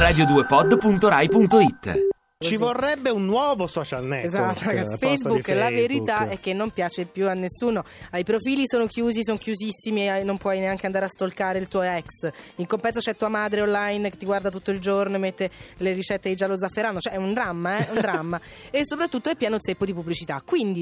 radio2pod.rai.it. Ci vorrebbe un nuovo social network. Esatto, ragazzi. Facebook, la verità è che non piace più a nessuno. I profili sono chiusi, sono chiusissimi, non puoi neanche andare a stalkare il tuo ex. In compenso c'è tua madre online che ti guarda tutto il giorno e mette le ricette di giallo zafferano. Cioè è un dramma, un dramma. E soprattutto è pieno zeppo di pubblicità. Quindi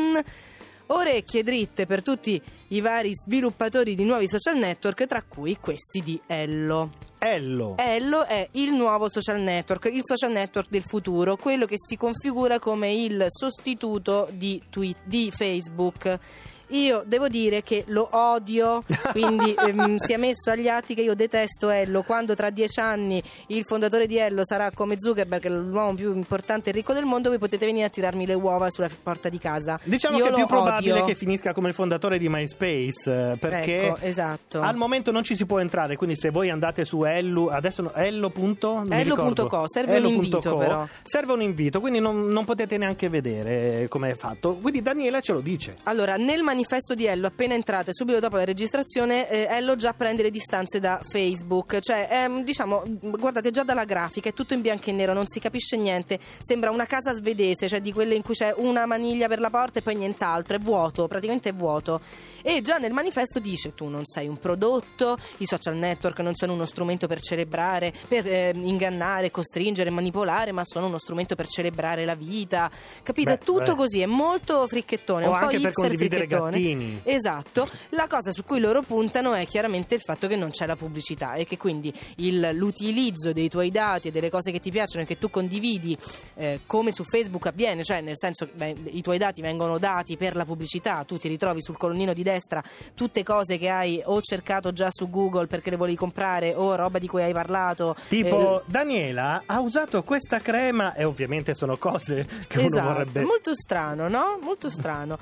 orecchie dritte per tutti i vari sviluppatori di nuovi social network, tra cui questi di Ello. Ello è il nuovo social network, il social network del futuro, quello che si configura come il sostituto di Facebook. Io devo dire che lo odio, quindi sia messo agli atti che io detesto Ello. Quando tra 10 anni il fondatore di Ello sarà come Zuckerberg, l'uomo più importante e ricco del mondo, voi potete venire a tirarmi le uova sulla porta di casa. Diciamo che è più probabile che finisca come il fondatore di MySpace, perché ecco, esatto, al momento non ci si può entrare, quindi se voi andate su Ello, adesso Ello.co, serve un invito però. Serve un invito, quindi non potete neanche vedere come è fatto. Quindi Daniela ce lo dice. Allora, nel manifesto di Ello, appena entrate, subito dopo la registrazione, Ello già prende le distanze da Facebook. Cioè, diciamo, guardate, già dalla grafica è tutto in bianco e nero, non si capisce niente, sembra una casa svedese, cioè di quelle in cui c'è una maniglia per la porta e poi nient'altro, è vuoto, praticamente è vuoto. E già nel manifesto dice: tu non sei un prodotto, i social network non sono uno strumento per celebrare, per ingannare, costringere, manipolare, ma sono uno strumento per celebrare la vita. Capito? È tutto così, è molto fricchettone, o un po' anche per hipster condividere fricchettone. Gattini. Esatto. La cosa su cui loro puntano è chiaramente il fatto che non c'è la pubblicità e che quindi l'utilizzo dei tuoi dati e delle cose che ti piacciono e che tu condividi, come su Facebook avviene, cioè nel senso, i tuoi dati vengono dati per la pubblicità, tu ti ritrovi sul colonnino di destra tutte cose che hai o cercato già su Google perché le volevi comprare o roba di cui hai parlato, tipo Daniela ha usato questa crema, e ovviamente sono cose che uno vorrebbe. Molto strano, no? Molto strano.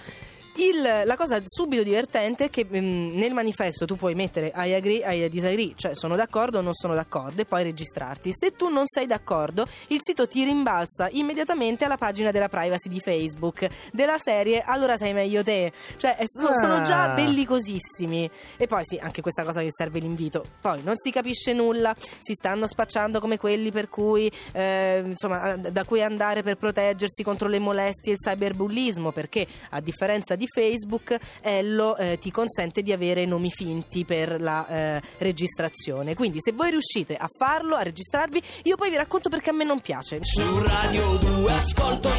La cosa subito divertente è che nel manifesto tu puoi mettere I agree, I disagree, cioè sono d'accordo o non sono d'accordo, e poi registrarti. Se tu non sei d'accordo, il sito ti rimbalza immediatamente alla pagina della privacy di Facebook, della serie allora sei meglio te. Cioè sono già bellicosissimi. E poi sì, anche questa cosa che serve l'invito. Poi non si capisce nulla, si stanno spacciando come quelli per cui insomma, da cui andare per proteggersi contro le molestie e il cyberbullismo, perché a differenza di Facebook, Ello ti consente di avere nomi finti per la registrazione. Quindi se voi riuscite a farlo, a registrarvi, io poi vi racconto perché a me non piace. Su Radio 2 ascolto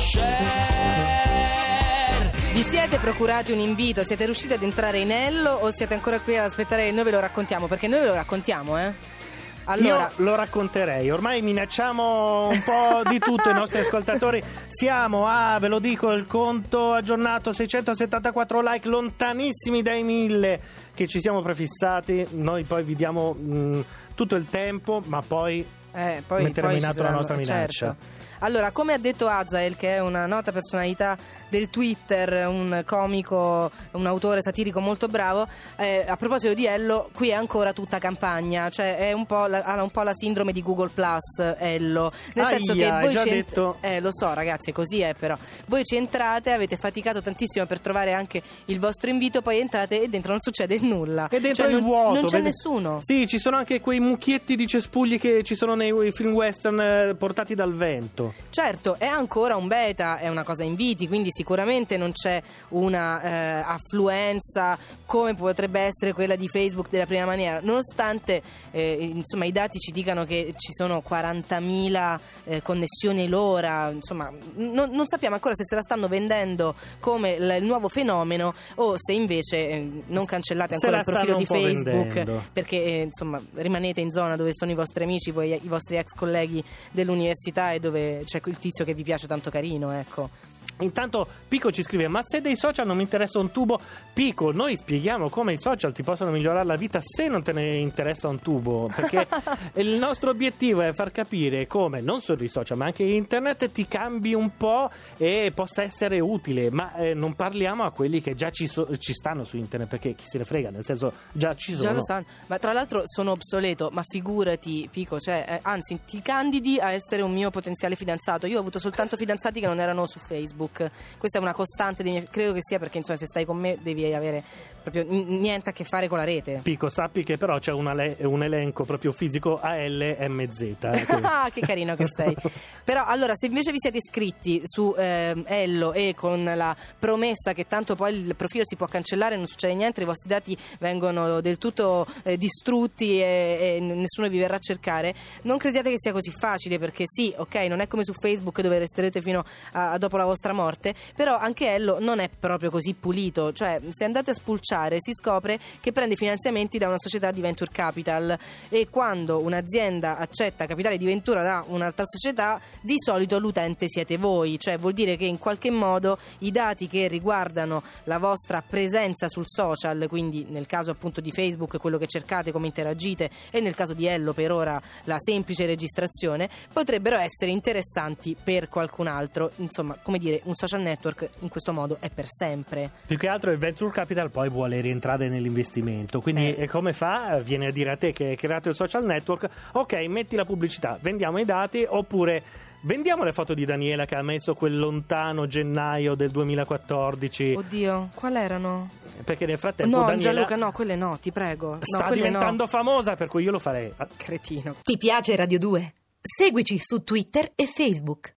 share. Vi siete procurati un invito? Siete riusciti ad entrare in Ello o siete ancora qui ad aspettare che noi ve lo raccontiamo? Perché noi ve lo raccontiamo, Allora, io lo racconterei, ormai minacciamo un po' di tutto i nostri ascoltatori. Siamo ve lo dico, il conto aggiornato 674 like, lontanissimi dai 1000 che ci siamo prefissati. Noi poi vi diamo tutto il tempo, ma poi metteremo in atto la nostra minaccia. Certo. Allora, come ha detto Azael, che è una nota personalità del Twitter, un comico, un autore satirico molto bravo, a proposito di Ello, qui è ancora tutta campagna, cioè ha un po' la sindrome di Google Plus, Ello, nel senso che voi detto. Lo so ragazzi, così è, però voi ci entrate, avete faticato tantissimo per trovare anche il vostro invito, poi entrate e dentro non succede nulla, e dentro cioè, il vuoto, non c'è nessuno. Sì, ci sono anche quei mucchietti di cespugli che ci sono nei film western portati dal vento. Certo, è ancora un beta, è una cosa inviti, quindi sicuramente non c'è una affluenza come potrebbe essere quella di Facebook della prima maniera, nonostante insomma i dati ci dicano che ci sono 40.000 connessioni l'ora, insomma non sappiamo ancora se la stanno vendendo come il nuovo fenomeno o se invece non cancellate ancora il profilo di Facebook perché insomma rimanete in zona dove sono i vostri amici, i vostri ex colleghi dell'università e dove c'è il tizio che vi piace tanto carino, ecco. Intanto Pico ci scrive: ma se dei social non mi interessa un tubo? Pico, noi spieghiamo come i social ti possono migliorare la vita se non te ne interessa un tubo, perché il nostro obiettivo è far capire come non solo i social ma anche internet ti cambi un po' e possa essere utile, ma non parliamo a quelli che già ci stanno su internet, perché chi se ne frega, nel senso già ci sono. Già lo sanno, ma tra l'altro sono obsoleto, ma figurati Pico, cioè anzi ti candidi a essere un mio potenziale fidanzato. Io ho avuto soltanto fidanzati che non erano su Facebook. Questa è una costante credo che sia perché insomma se stai con me devi avere proprio niente a che fare con la rete. Pico, sappi che però c'è un elenco proprio fisico ALMZ. Ah, che carino che sei. Però allora, se invece vi siete iscritti su Ello e con la promessa che tanto poi il profilo si può cancellare, non succede niente, i vostri dati vengono del tutto distrutti e nessuno vi verrà a cercare, non crediate che sia così facile, perché sì, ok, non è come su Facebook dove resterete fino a dopo la vostra morte, però anche Ello non è proprio così pulito. Cioè, se andate a spulciare si scopre che prende finanziamenti da una società di venture capital, e quando un'azienda accetta capitale di ventura da un'altra società, di solito l'utente siete voi. Cioè, vuol dire che in qualche modo i dati che riguardano la vostra presenza sul social, quindi nel caso appunto di Facebook quello che cercate, come interagite, e nel caso di Ello per ora la semplice registrazione, potrebbero essere interessanti per qualcun altro. Insomma, come dire, un social network in questo modo è per sempre. Più che altro il venture capital poi vuole rientrare nell'investimento, quindi come fa? Viene a dire a te che hai creato il social network: ok, metti la pubblicità, vendiamo i dati, oppure vendiamo le foto di Daniela che ha messo quel lontano gennaio del 2014. Oddio, quali erano? Perché nel frattempo no, Daniela Gianluca, no, quelle no, ti prego. sta diventando famosa, per cui io lo farei. Cretino. Ti piace Radio 2? Seguici su Twitter e Facebook.